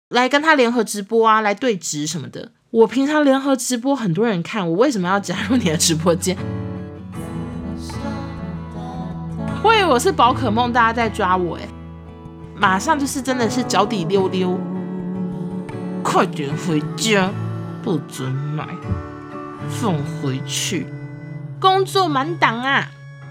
来跟他联合直播啊，来对质什么的。我平常联合直播很多人看，我为什么要加入你的直播间？我以为我是宝可梦，大家在抓我马上就是真的是脚底溜溜，快点回家，不准买，放回去，工作满档啊！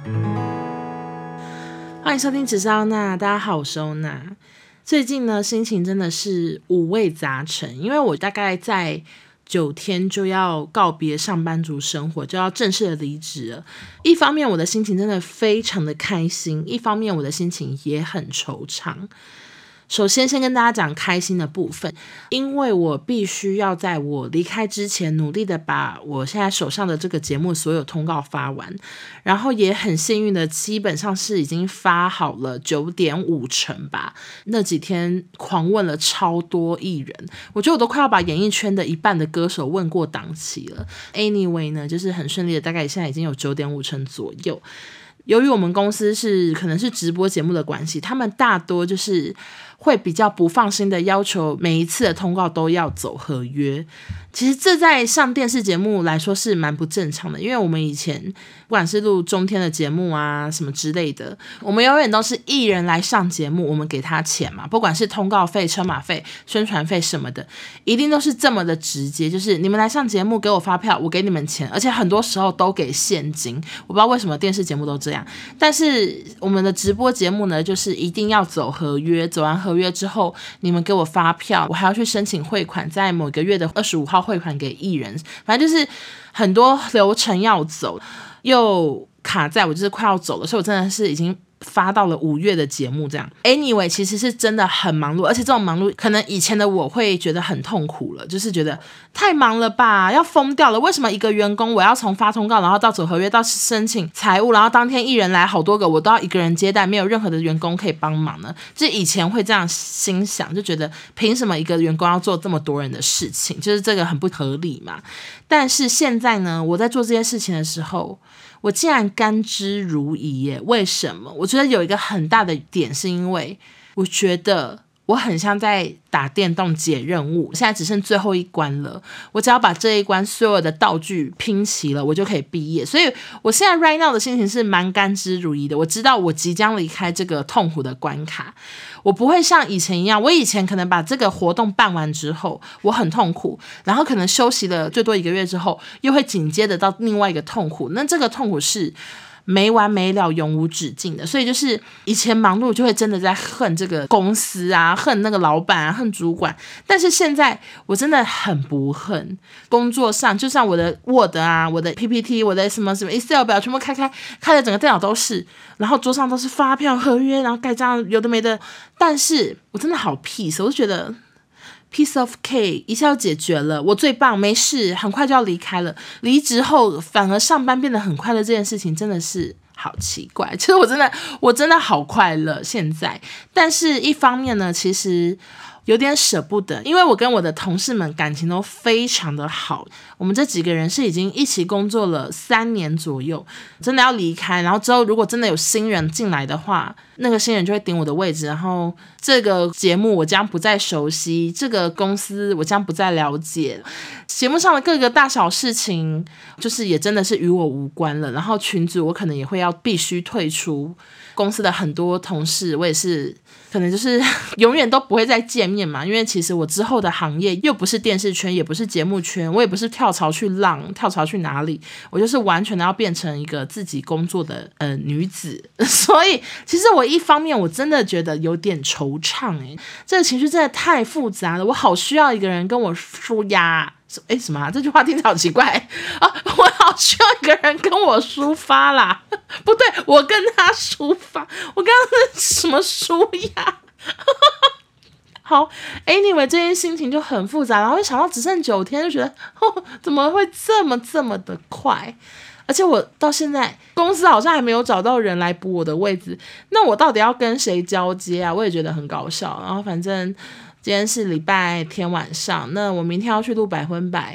欢迎收听只是欧娜，大家好，我是欧娜。最近呢，心情真的是五味杂陈，因为我大概在9天就要告别上班族生活，就要正式的离职了。一方面我的心情真的非常的开心，一方面我的心情也很惆怅。首先跟大家讲开心的部分，因为我必须要在我离开之前努力的把我现在手上的这个节目所有通告发完，然后也很幸运的基本上是已经发好了9.5成吧。那几天狂问了超多艺人，我觉得我都快要把演艺圈的一半的歌手问过档期了。 Anyway 呢，就是很顺利的，大概现在已经有9.5成左右。由于我们公司可能是直播节目的关系，他们大多就是会比较不放心的要求每一次的通告都要走合约。其实这在上电视节目来说是蛮不正常的，因为我们以前不管是录中天的节目啊什么之类的，我们永远都是艺人来上节目，我们给他钱嘛，不管是通告费、车马费、宣传费什么的，一定都是这么的直接，就是你们来上节目给我发票，我给你们钱，而且很多时候都给现金。我不知道为什么电视节目都这样，但是我们的直播节目呢，就是一定要走合约，走完合约之后你们给我发票，我还要去申请汇款，在某个月的25号汇款给艺人，反正就是很多流程要走，又卡在我就是快要走了，所以我真的是已经发到了5月的节目这样。 Anyway 其实是真的很忙碌，而且这种忙碌可能以前的我会觉得很痛苦了，就是觉得太忙了吧，要疯掉了，为什么一个员工我要从发通告然后到走合约到申请财务，然后当天艺人来好多个我都要一个人接待，没有任何的员工可以帮忙呢？就以前会这样心想，就觉得凭什么一个员工要做这么多人的事情，就是这个很不合理嘛。但是现在呢，我在做这些事情的时候，我竟然甘之如饴耶。为什么？我觉得有一个很大的点是因为我觉得我很像在打电动解任务，现在只剩最后一关了，我只要把这一关所有的道具拼齐了，我就可以毕业。所以我现在 right now 的心情是蛮甘之如饴的，我知道我即将离开这个痛苦的关卡，我不会像以前一样，我以前可能把这个活动办完之后我很痛苦，然后可能休息了最多1个月之后又会紧接着到另外一个痛苦，那这个痛苦是没完没了永无止境的。所以就是以前忙碌就会真的在恨这个公司啊，恨那个老板啊，恨主管，但是现在我真的很不恨。工作上就像我的 Word 啊，我的 PPT， 我的什么 Excel 表全部开的整个电脑都是，然后桌上都是发票合约，然后盖章有的没的，但是我真的好 peace， 我就觉得piece of cake 一下就解决了，我最棒，没事，很快就要离开了。离职后反而上班变得很快乐，这件事情真的是好奇怪。其实我真的好快乐现在，但是一方面呢，其实有点舍不得，因为我跟我的同事们感情都非常的好，我们这几个人是已经一起工作了3年左右，真的要离开，然后之后如果真的有新人进来的话，那个新人就会顶我的位置，然后这个节目我将不再熟悉，这个公司我将不再了解，节目上的各个大小事情就是也真的是与我无关了，然后群组我可能也会要必须退出，公司的很多同事我也是可能就是永远都不会再见面嘛，因为其实我之后的行业又不是电视圈，也不是节目圈，我也不是跳槽去浪，跳槽去哪里，我就是完全的要变成一个自己工作的女子。所以其实我一方面我真的觉得有点惆怅这个情绪真的太复杂了，我好需要一个人跟我抒压。什么这句话听起来好奇怪啊！我好需要一个人跟我抒发啦，不对，我跟他抒发，我刚刚是什么抒压？好 ，anyway 这件心情就很复杂，然后一想到只剩9天，就觉得怎么会这么的快？而且我到现在公司好像还没有找到人来补我的位置，那我到底要跟谁交接啊？我也觉得很搞笑。然后反正今天是礼拜天晚上，那我明天要去录百分百，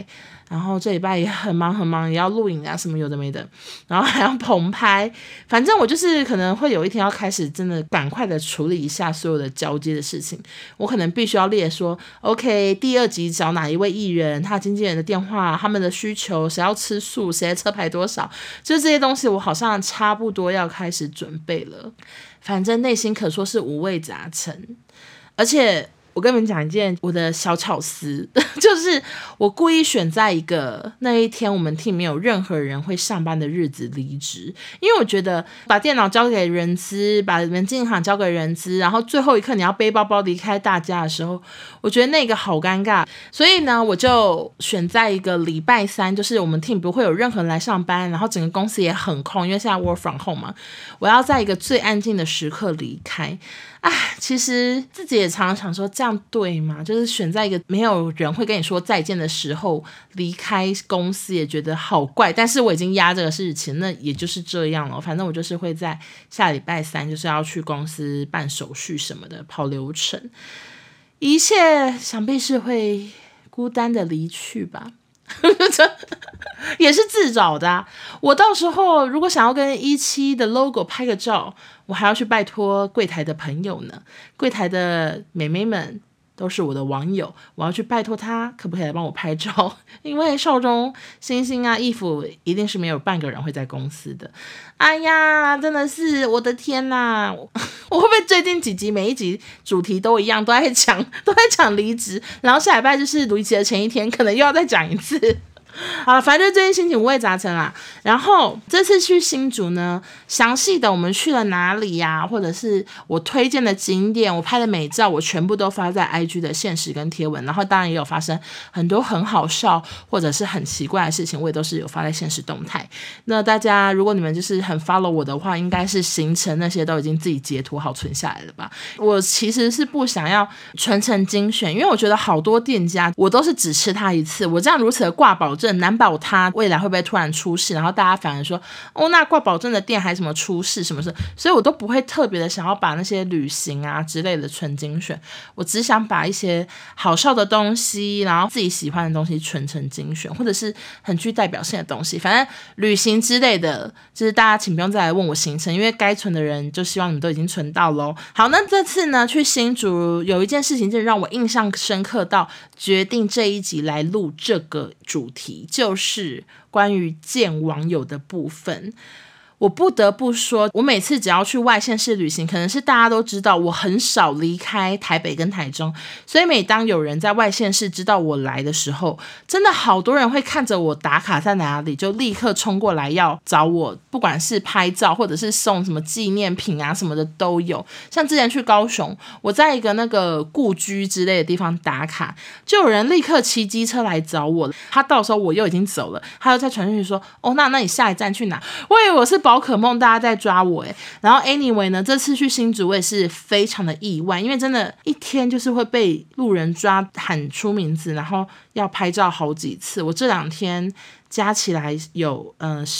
然后这礼拜也很忙很忙，也要录影啊什么有的没的，然后还要棚拍，反正我就是可能会有一天要开始真的赶快的处理一下所有的交接的事情，我可能必须要列说 OK 第2集找哪一位艺人，他经纪人的电话，他们的需求，谁要吃素，谁的车牌多少，就是这些东西我好像差不多要开始准备了，反正内心可说是五味杂陈。而且我跟你们讲一件我的小巧思，就是我故意选在一个那一天我们 team 没有任何人会上班的日子离职，因为我觉得把电脑交给人资，把门禁行交给人资，然后最后一刻你要背包包离开大家的时候，我觉得那个好尴尬，所以呢我就选在一个礼拜3，就是我们 team 不会有任何人来上班，然后整个公司也很空，因为现在 work from home 嘛，我要在一个最安静的时刻离开。其实自己也常常想说这样对吗？就是选在一个没有人会跟你说再见的时候离开公司，也觉得好怪，但是我已经压这个事情，那也就是这样了，反正我就是会在下礼拜3就是要去公司办手续什么的，跑流程，一切想必是会孤单的离去吧。也是自找的啊，我到时候如果想要跟17的 logo 拍个照，我还要去拜托柜台的朋友呢，柜台的妹妹们都是我的网友，我要去拜托他可不可以来帮我拍照，因为少中星星啊义父一定是没有半个人会在公司的。哎呀真的是我的天哪，我会不会最近几集每一集主题都一样，都在讲离职，然后下礼拜就是离职的前一天可能又要再讲一次。好了，反正最近心情五味杂陈啦。然后这次去新竹呢，详细的我们去了哪里呀，或者是我推荐的景点，我拍的美照，我全部都发在 IG 的限时跟贴文。然后当然也有发生很多很好笑或者是很奇怪的事情，我也都是有发在限时动态。那大家如果你们就是很 follow 我的话，应该是行程那些都已经自己截图好存下来了吧。我其实是不想要全程精选，因为我觉得好多店家我都是只吃它一次，我这样如此的挂保证，难保它未来会不会突然出事，然后大家反而说那挂保证的店还什么出事什么事，所以我都不会特别的想要把那些旅行啊之类的纯精选，我只想把一些好笑的东西，然后自己喜欢的东西纯成精选，或者是很具代表性的东西，反正旅行之类的就是大家请不用再来问我行程，因为该存的人就希望你们都已经存到咯。好，那这次呢去新竹有一件事情真的让我印象深刻到决定这一集来录这个主题，就是关于见网友的部分。我不得不说，我每次只要去外县市旅行，可能是大家都知道我很少离开台北跟台中，所以每当有人在外县市知道我来的时候，真的好多人会看着我打卡在哪里，就立刻冲过来要找我，不管是拍照或者是送什么纪念品啊什么的都有。像之前去高雄，我在一个那个故居之类的地方打卡，就有人立刻骑机车来找我，他到时候我又已经走了，他又再传讯息说那你下一站去哪？我以为我是宝可梦大家在抓我然后 anyway 呢，这次去新竹我也是非常的意外，因为真的一天就是会被路人抓喊出名字，然后要拍照好几次，我这2天加起来有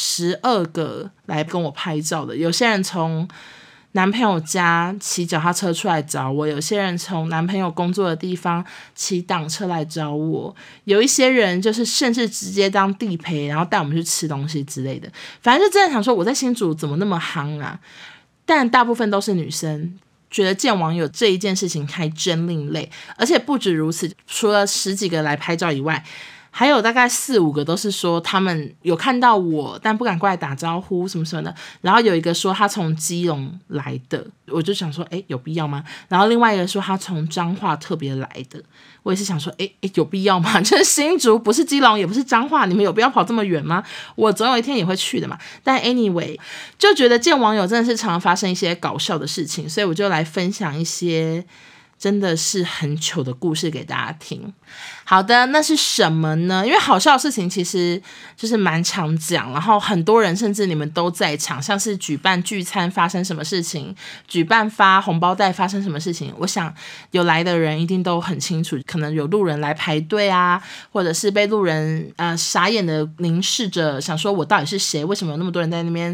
12个来跟我拍照的，有些人从男朋友家骑脚踏车出来找我，有些人从男朋友工作的地方骑挡车来找我，有一些人就是甚至直接当地陪，然后带我们去吃东西之类的，反正就真的想说我在新竹怎么那么夯啊，但大部分都是女生，觉得见网友这一件事情还真另类。而且不止如此，除了10几个来拍照以外，还有大概4、5个都是说他们有看到我但不敢过来打招呼什么什么的，然后有一个说他从基隆来的，我就想说有必要吗？然后另外一个说他从彰化特别来的，我也是想说有必要吗？就是新竹不是基隆也不是彰化，你们有必要跑这么远吗？我总有一天也会去的嘛。但 anyway 就觉得见网友真的是常常发生一些搞笑的事情，所以我就来分享一些真的是很糗的故事给大家听。好的，那是什么呢？因为好笑的事情其实就是蛮常讲，然后很多人甚至你们都在场，像是举办聚餐发生什么事情，举办发红包袋发生什么事情，我想有来的人一定都很清楚，可能有路人来排队啊，或者是被路人傻眼的凝视着，想说我到底是谁，为什么有那么多人在那边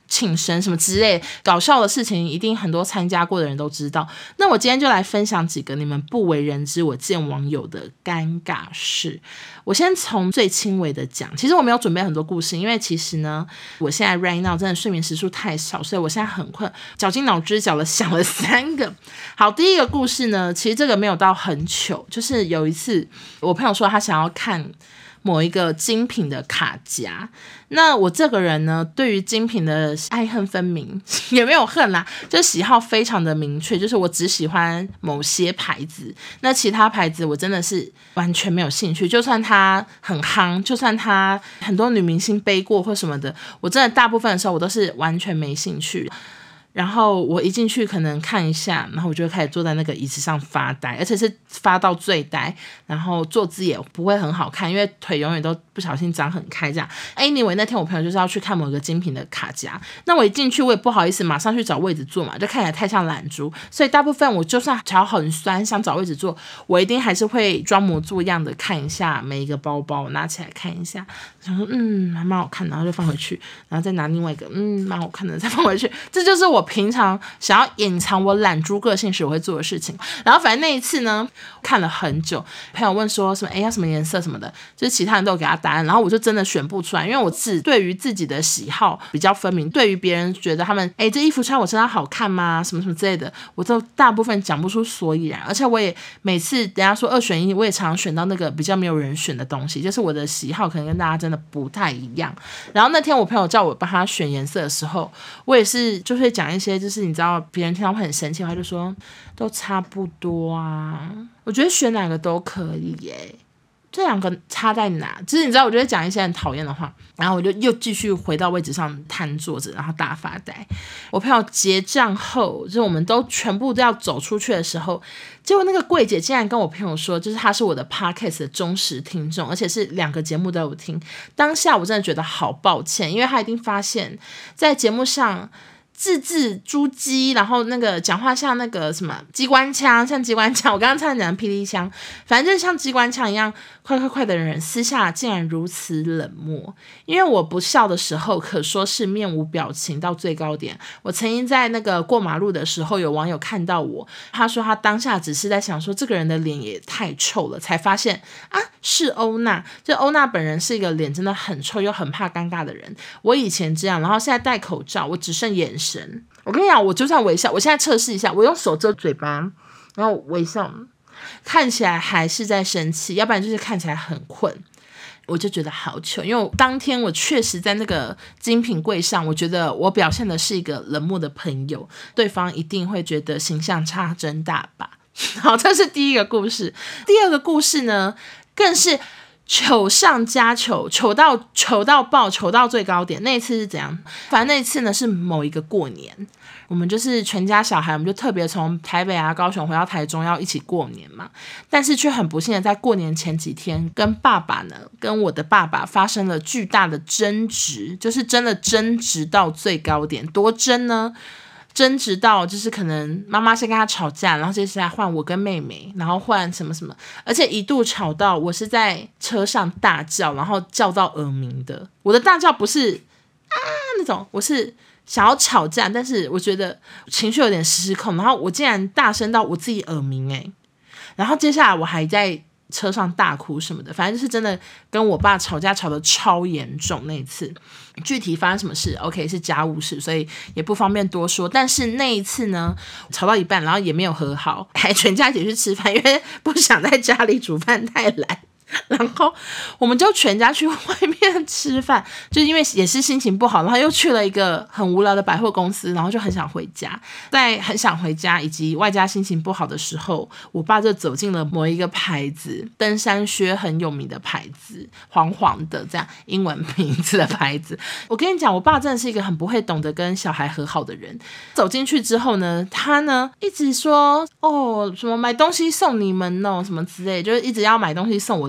庆生什么之类搞笑的事情，一定很多参加过的人都知道。那我今天就来分享几个你们不为人知我见网友的尴尬事。我先从最轻微的讲，其实我没有准备很多故事，因为其实呢，我现在 right now 真的睡眠时数太少，所以我现在很困，绞尽脑汁想了3个。好，第一个故事呢，其实这个没有到很糗，就是有一次我朋友说他想要看某一个精品的卡夹，那我这个人呢，对于精品的爱恨分明，也没有恨啦，就喜好非常的明确，就是我只喜欢某些牌子，那其他牌子我真的是完全没有兴趣，就算它很夯，就算它很多女明星背过或什么的，我真的大部分的时候我都是完全没兴趣。然后我一进去可能看一下，然后我就开始坐在那个椅子上发呆，而且是发到最呆，然后坐姿也不会很好看，因为腿永远都不小心张很开这样。Anyway， 那天我朋友就是要去看某个精品的卡夹，那我一进去我也不好意思马上去找位置坐嘛，就看起来太像懒猪，所以大部分我就算脚很酸想找位置坐，我一定还是会装模作样的看一下每一个包包，拿起来看一下，想说还蛮好看，然后就放回去，然后再拿另外一个蛮好看的再放回去，这就是我平常想要隐藏我懒猪个性时我会做的事情。然后反正那一次呢，看了很久，朋友问说什么要什么颜色什么的，就是其他人都有给他答案，然后我就真的选不出来，因为我只对于自己的喜好比较分明，对于别人觉得他们这衣服穿我身上好看吗什么什么之类的，我都大部分讲不出所以然，而且我也每次人家说2选1，我也常常选到那个比较没有人选的东西，就是我的喜好可能跟大家真的不太一样。然后那天我朋友叫我帮他选颜色的时候，我也是就会讲一些就是你知道别人听到会很生气，他就说都差不多啊，我觉得选哪个都可以耶，这2个差在哪？就是你知道，我就会讲一些很讨厌的话，然后我就又继续回到位置上瘫坐着，然后大发呆。我朋友结账后，就是我们都全部都要走出去的时候，结果那个柜姐竟然跟我朋友说，就是她是我的 podcast 的忠实听众，而且是2个节目都有听。当下我真的觉得好抱歉，因为她一定发现，在节目上字字珠玑，然后那个讲话像那个什么机关枪，像机关枪，我刚刚差点讲霹雳枪，反正就是像机关枪一样快的人，私下竟然如此冷漠。因为我不笑的时候可说是面无表情到最高点。我曾经在那个过马路的时候，有网友看到我，他说他当下只是在想说这个人的脸也太臭了，才发现啊是欧娜。就欧娜本人是一个脸真的很臭又很怕尴尬的人。我以前这样，然后现在戴口罩，我只剩眼神。我跟你讲，我就算微笑，我现在测试一下，我用手遮嘴巴，然后微笑，看起来还是在生气，要不然就是看起来很困。我就觉得好糗，因为当天我确实在那个精品柜上，我觉得我表现的是一个冷漠的朋友，对方一定会觉得形象差真大吧。好，这是第一个故事。第2个故事呢，更是糗上加糗，糗到爆，糗到最高点。那一次是怎样？反正那一次呢是某一个过年，我们就是全家小孩，我们就特别从台北啊、高雄回到台中要一起过年嘛。但是却很不幸的在过年前几天，跟我的爸爸发生了巨大的争执，就是真的争执到最高点。多争呢？争执到就是可能妈妈先跟他吵架，然后接下来换我跟妹妹，然后换什么什么，而且一度吵到我是在车上大叫，然后叫到耳鸣的。我的大叫不是那种，我是想要吵架，但是我觉得情绪有点失控，然后我竟然大声到我自己耳鸣然后接下来我还在车上大哭什么的，反正就是真的跟我爸吵架吵得超严重。那一次具体发生什么事 OK 是家务事，所以也不方便多说。但是那一次呢，吵到一半然后也没有和好，还全家一起去吃饭，因为不想在家里煮饭太懒，然后我们就全家去外面吃饭，就因为也是心情不好，然后又去了一个很无聊的百货公司，然后就很想回家。在很想回家以及外加心情不好的时候，我爸就走进了某一个牌子，登山靴很有名的牌子，黄黄的这样英文名字的牌子。我跟你讲，我爸真的是一个很不会懂得跟小孩和好的人。走进去之后呢，他呢一直说什么买东西送你们什么之类，就是一直要买东西送我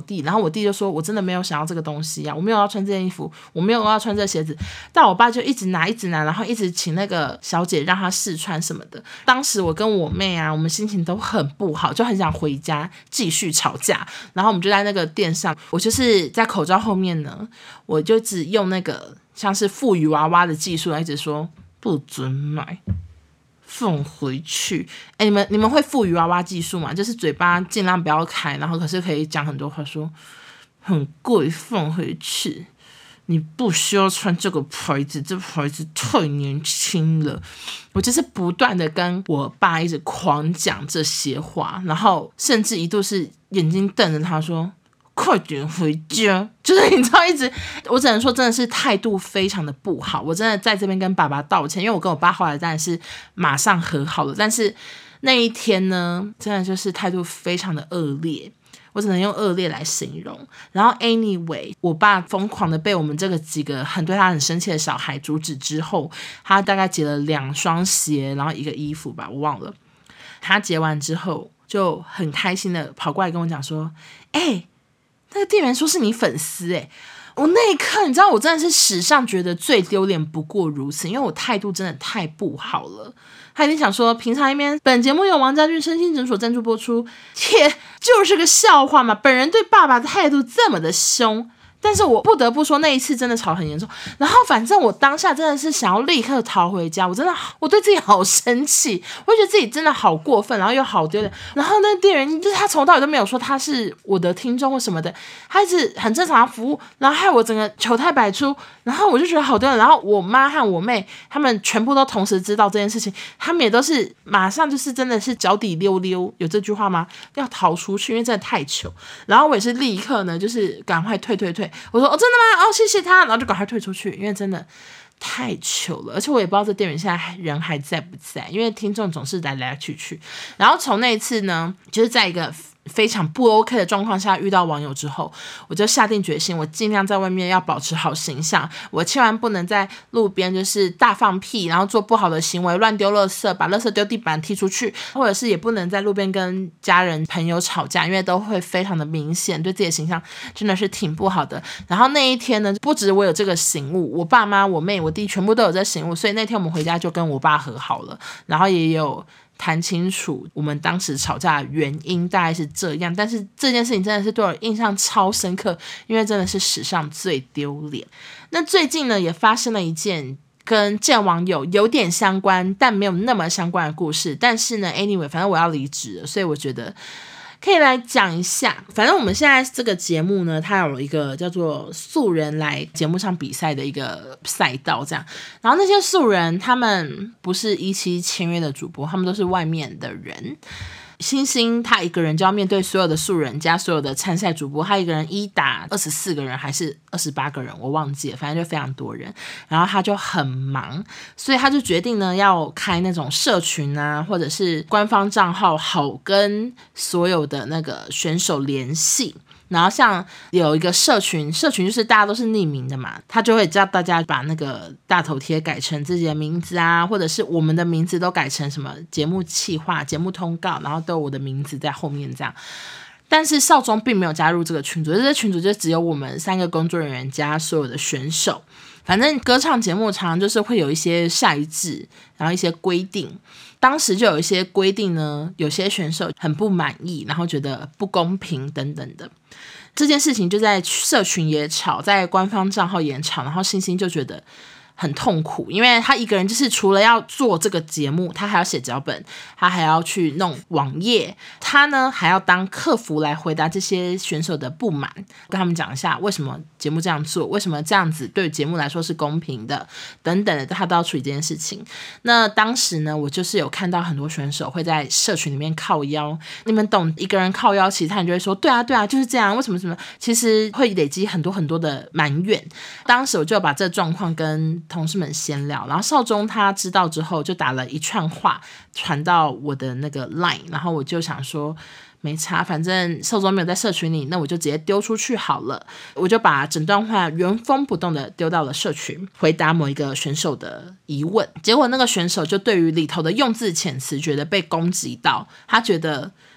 弟，然后我弟就说我真的没有想要这个东西啊，我没有要穿这件衣服，我没有要穿这鞋子，但我爸就一直拿，然后一直请那个小姐让他试穿什么的。当时我跟我妹啊，我们心情都很不好，就很想回家继续吵架，然后我们就在那个店上，我就是在口罩后面呢，我就只用那个像是富余娃娃的技术一直说不准买，放回去。你们会富余娃娃技术吗？就是嘴巴尽量不要开，然后可是可以讲很多话，说很贵，放回去。你不需要穿这个牌子，这牌子太年轻了。我就是不断的跟我爸一直狂讲这些话，然后甚至一度是眼睛瞪着他说快点回家，就是你知道，一直我只能说真的是态度非常的不好。我真的在这边跟爸爸道歉，因为我跟我爸后来当然是马上和好了，但是那一天呢，真的就是态度非常的恶劣，我只能用恶劣来形容。然后 anyway， 我爸疯狂的被我们这个几个对他很生气的小孩阻止之后，他大概结了2双鞋，然后一个衣服吧，我忘了。他结完之后就很开心的跑过来跟我讲说那个店员说是你粉丝我那一刻你知道我真的是史上觉得最丢脸不过如此，因为我态度真的太不好了。他一定想说平常一边本节目由王家俊身心诊所赞助播出，就是个笑话嘛，本人对爸爸的态度这么的凶。但是我不得不说那一次真的吵很严重，然后反正我当下真的是想要立刻逃回家，我对自己好生气，我觉得自己真的好过分，然后又好丢脸。然后那个店员就是他从头到尾都没有说他是我的听众或什么的，他一直很正常的服务，然后害我整个糗态百出，然后我就觉得好丢脸。然后我妈和我妹他们全部都同时知道这件事情，他们也都是马上就是真的是脚底溜溜，有这句话吗？要逃出去，因为真的太糗。然后我也是立刻呢就是赶快退，我说真的吗？谢谢他，然后就赶快退出去，因为真的太糗了。而且我也不知道这店员现在人还在不在，因为听众总是来去。然后从那一次呢，就是在一个非常不 OK 的状况下遇到网友之后，我就下定决心，我尽量在外面要保持好形象，我千万不能在路边就是大放屁，然后做不好的行为，乱丢垃圾，把垃圾丢地板踢出去，或者是也不能在路边跟家人朋友吵架，因为都会非常的明显，对自己的形象真的是挺不好的。然后那一天呢，不止我有这个醒悟，我爸妈、我妹、我弟全部都有这醒悟，所以那天我们回家就跟我爸和好了，然后也有谈清楚我们当时吵架的原因大概是这样。但是这件事情真的是对我印象超深刻，因为真的是史上最丢脸。那最近呢也发生了一件跟见网友有点相关但没有那么相关的故事，但是呢 anyway 反正我要离职了，所以我觉得可以来讲一下。反正我们现在这个节目呢，它有一个叫做素人来节目上比赛的一个赛道这样，然后那些素人他们不是17签约的主播，他们都是外面的人。星星他一个人就要面对所有的素人加所有的参赛主播，他一个人1打24个人还是28个人我忘记了，反正就非常多人，然后他就很忙，所以他就决定呢要开那种社群啊，或者是官方账号，好跟所有的那个选手联系。然后像有一个社群就是大家都是匿名的嘛，他就会叫大家把那个大头贴改成自己的名字啊，或者是我们的名字都改成什么节目企划、节目通告，然后都有我的名字在后面这样。但是少宗并没有加入这个群组，这个群组就只有我们3个工作人员加所有的选手。反正歌唱节目常常就是会有一些赛制，然后一些规定。当时就有一些规定呢，有些选手很不满意，然后觉得不公平等等的。这件事情就在社群也吵，在官方账号也吵，然后星星就觉得很痛苦，因为他一个人就是除了要做这个节目，他还要写脚本，他还要去弄网页，他呢还要当客服来回答这些选手的不满，跟他们讲一下为什么节目这样做，为什么这样子对节目来说是公平的等等的，他都要处理这件事情。那当时呢，我就是有看到很多选手会在社群里面靠腰，你们懂，一个人靠腰，其他人就会说对啊就是这样，为什么什么，其实会累积很多很多的埋怨。当时我就把这状况跟同事们闲聊，然后少宗他知道之后就打了一串话传到我的那个 line， 然后我就想说没差，反正少宗没有在社群里，那我就直接丢出去好了。我就把整段话原封不动的丢到了社群，回答某一个选手的疑问。结果那个选手就对于里头的用字遣词觉得被攻击到，他觉得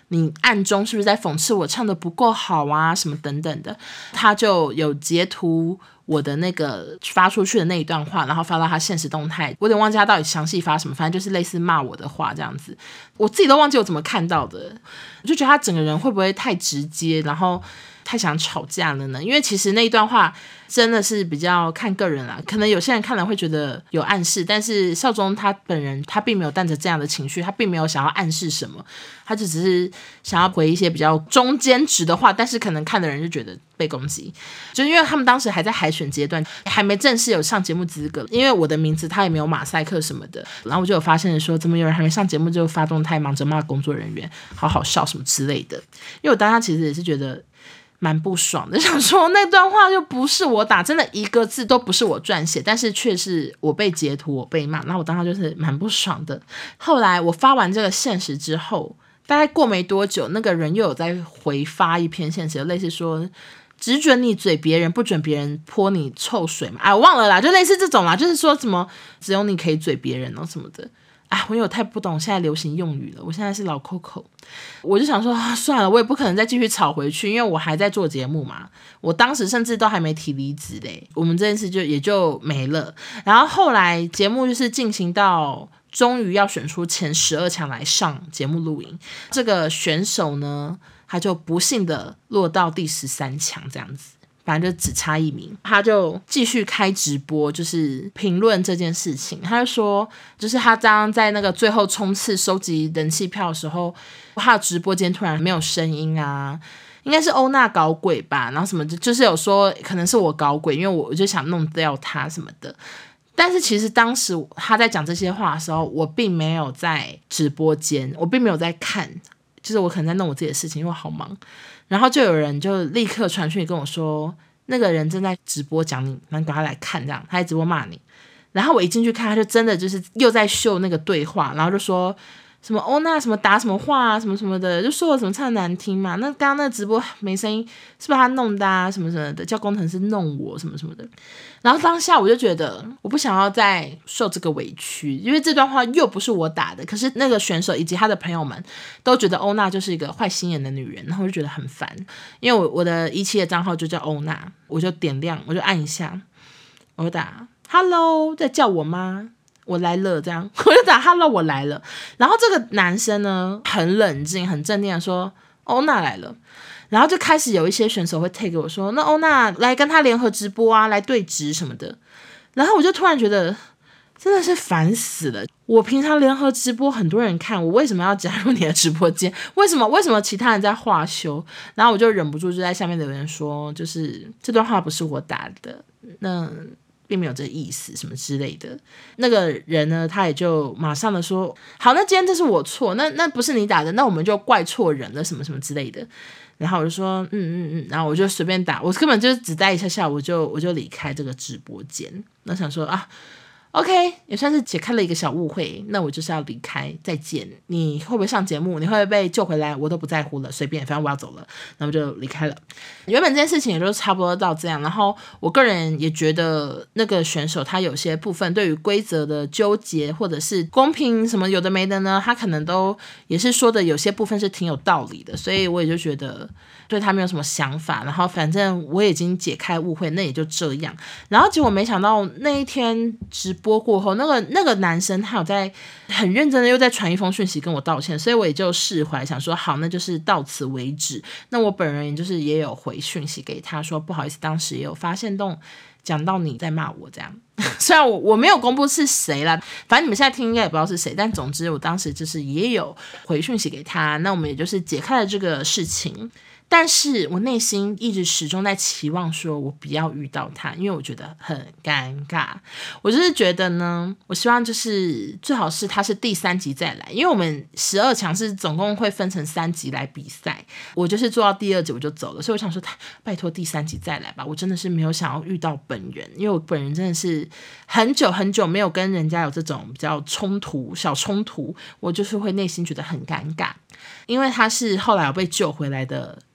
你暗中是不是在讽刺我唱的不够好啊什么等等的。他就有截图我的那个发出去的那一段话，然后发到他限时动态，我有点忘记他到底详细发什么，反正就是类似骂我的话这样子，我自己都忘记我怎么看到的。我就觉得他整个人会不会太直接，然后太想吵架了呢？因为其实那一段话真的是比较看个人啦，可能有些人看了会觉得有暗示，但是少宗他本人他并没有带着这样的情绪，他并没有想要暗示什么，他就只是想要回一些比较中间值的话，但是可能看的人就觉得被攻击，就是因为他们当时还在海选阶段，还没正式有上节目资格，因为我的名字他也没有马赛克什么的，然后我就有发现说怎么有人还没上节目就发动态忙着骂工作人员，好好笑什么之类的。因为我当时其实也是觉得蛮不爽的，想说那段话就不是我打，真的一个字都不是我撰写，但是却是我被截图我被骂，然后我当时就是蛮不爽的。后来我发完这个限时之后，大概过没多久，那个人又有在回发一篇限时，类似说只准你嘴别人，不准别人泼你臭水嘛，我忘了啦，就类似这种啦，就是说什么只有你可以嘴别人什么的。我有太不懂现在流行用语了，我现在是老 Coco， 我就想说算了，我也不可能再继续吵回去，因为我还在做节目嘛，我当时甚至都还没提离职嘞，我们这件事也就没了。然后后来节目就是进行到终于要选出前12强来上节目录影，这个选手呢，他就不幸的落到第13强这样子，反正就只差1名，他就继续开直播，就是评论这件事情。他就说，就是他刚刚在那个最后冲刺收集人气票的时候，他的直播间突然没有声音啊，应该是欧娜搞鬼吧，然后什么就是有说可能是我搞鬼，因为我就想弄掉他什么的。但是其实当时他在讲这些话的时候，我并没有在直播间，我并没有在看，就是我可能在弄我自己的事情，因为我好忙。然后就有人就立刻传讯跟我说，那个人正在直播讲你，然后赶快来看这样，他在直播骂你。然后我一进去看，他就真的就是又在秀那个对话，然后就说什么欧娜什么打什么话啊什么什么的，就说我怎么唱得难听嘛，那刚刚那个直播没声音是不是他弄的啊什么什么的，叫工程师弄我什么什么的。然后当下我就觉得我不想要再受这个委屈，因为这段话又不是我打的，可是那个选手以及他的朋友们都觉得欧娜就是一个坏心眼的女人，然后我就觉得很烦。因为我的17的账号就叫欧娜，我就点亮，我就按一下，我就打 Hello， 在叫我吗？我来了，这样我就打 Hello， 我来了。然后这个男生呢很冷静很镇定的说欧娜来了，然后就开始有一些选手会 take 我说那欧娜来跟他联合直播啊，来对质什么的。然后我就突然觉得真的是烦死了，我平常联合直播很多人看，我为什么要加入你的直播间？为什么其他人在话休？然后我就忍不住就在下面留言说，就是这段话不是我打的，那并没有这意思什么之类的。那个人呢，他也就马上的说好，那今天这是我错，那不是你打的，那我们就怪错人了什么什么之类的。然后我就说然后我就随便打，我根本就只待一下我就离开这个直播间。那想说OK， 也算是解开了一个小误会，那我就是要离开，再见。你会不会上节目，你会不会被救回来，我都不在乎了，随便，反正我要走了，然后就离开了。原本这件事情也就差不多到这样，然后我个人也觉得那个选手他有些部分对于规则的纠结或者是公平什么有的没的呢，他可能都也是说的有些部分是挺有道理的，所以我也就觉得对他没有什么想法，然后反正我已经解开误会，那也就这样。然后结果没想到那一天直播过后，那个男生他有在很认真的又在传一封讯息跟我道歉，所以我也就释怀，想说好，那就是到此为止。那我本人也就是也有回讯息给他说不好意思，当时也有发现动讲到你在骂我这样。虽然我没有公布是谁啦，反正你们现在听应该也不知道是谁，但总之我当时就是也有回讯息给他，那我们也就是解开了这个事情。但是我内心一直始终在期望说我不要遇到他，因为我觉得很尴尬。我就是觉得呢，我希望就是最好是他是第3集再来，因为我们12强是总共会分成3集来比赛，我就是做到第2集我就走了，所以我想说拜托第3集再来吧，我真的是没有想要遇到本人，因为我本人真的是很久很久没有跟人家有这种比较小冲突，我就是会内心觉得很尴尬。因为他是后来有被救回来的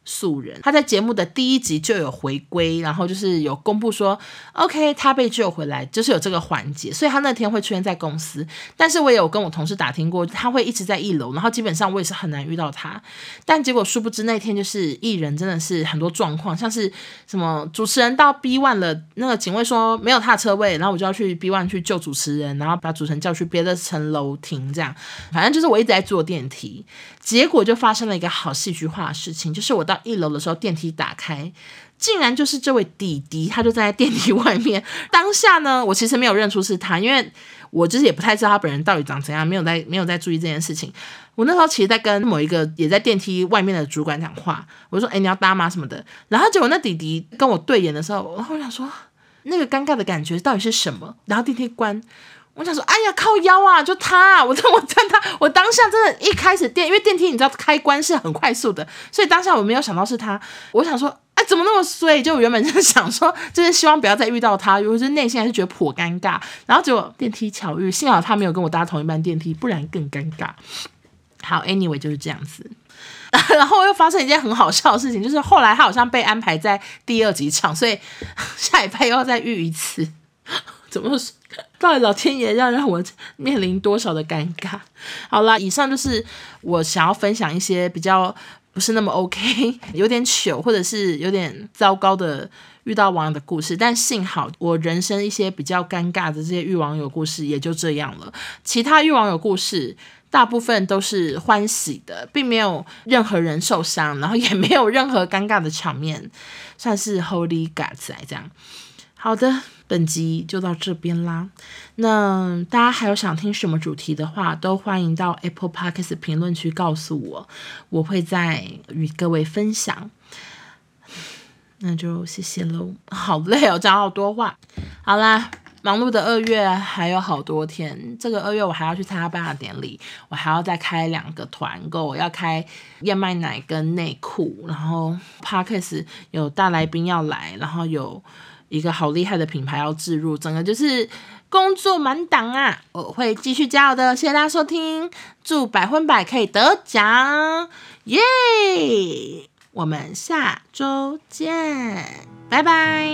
素人，他在节目的第1集就有回归，然后就是有公布说 OK 他被救回来，就是有这个环节，所以他那天会出现在公司。但是我也有跟我同事打听过，他会一直在1楼，然后基本上我也是很难遇到他。但结果殊不知那天就是艺人真的是很多状况，像是什么主持人到 B1 了，那个警卫说没有他的车位，然后我就要去 B1 去救主持人，然后把主持人叫去别的层楼停，这样反正就是我一直在坐电梯。结果就发生了一个好戏剧化的事情，就是我到1楼的时候电梯打开，竟然就是这位弟弟，他就站在电梯外面。当下呢我其实没有认出是他，因为我就是也不太知道他本人到底长怎样，没有在注意这件事情。我那时候其实在跟某一个也在电梯外面的主管讲话，我就说你要搭吗什么的，然后结果那弟弟跟我对眼的时候，然后我想说那个尴尬的感觉到底是什么，然后电梯关，我想说哎呀靠腰啊，就他，我当下真的一开始因为电梯你知道开关是很快速的，所以当下我没有想到是他，我想说哎怎么那么衰，就我原本就是想说就是希望不要再遇到他，我就是内心还是觉得颇尴尬，然后结果电梯巧遇，幸好他没有跟我搭同一班电梯，不然更尴尬。好 anyway 就是这样子。然后又发生一件很好笑的事情，就是后来他好像被安排在第2集场，所以下礼拜又要再遇一次。怎么说，到底老天爷要让我面临多少的尴尬。好啦，以上就是我想要分享一些比较不是那么 OK 有点糗或者是有点糟糕的遇到网友的故事，但幸好我人生一些比较尴尬的这些遇网友故事也就这样了，其他遇网友故事大部分都是欢喜的，并没有任何人受伤，然后也没有任何尴尬的场面，算是 Holy God 这样。好的，本集就到这边啦。那大家还有想听什么主题的话，都欢迎到 Apple Podcast 评论区告诉我，我会再与各位分享。那就谢谢咯，好累哦，讲好多话。好啦，忙碌的2月还有好多天，这个2月我还要去参加颁奖典礼，我还要再开2个团购，我要开燕麦奶跟内裤，然后 Podcast 有大来宾要来，然后有一个好厉害的品牌要置入，整个就是工作满档啊！我会继续加油的，谢谢大家收听，祝100%可以得奖，耶！我们下周见，拜拜。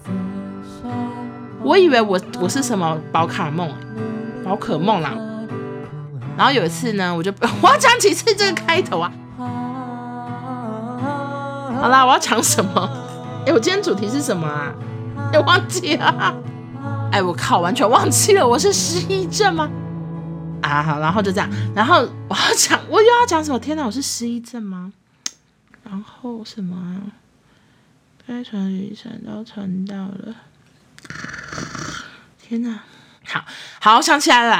我以为我是什么宝可梦啦，然后有一次呢，我要讲几次这个开头啊？好啦，我要讲什么？我今天主题是什么啊？忘记了。我靠，完全忘记了，我是失忆症吗？好，然后就这样，然后我又要讲什么？天哪，我是失忆症吗？然后什么啊？该传雨伞都传到了，天哪！好，想起来了啦。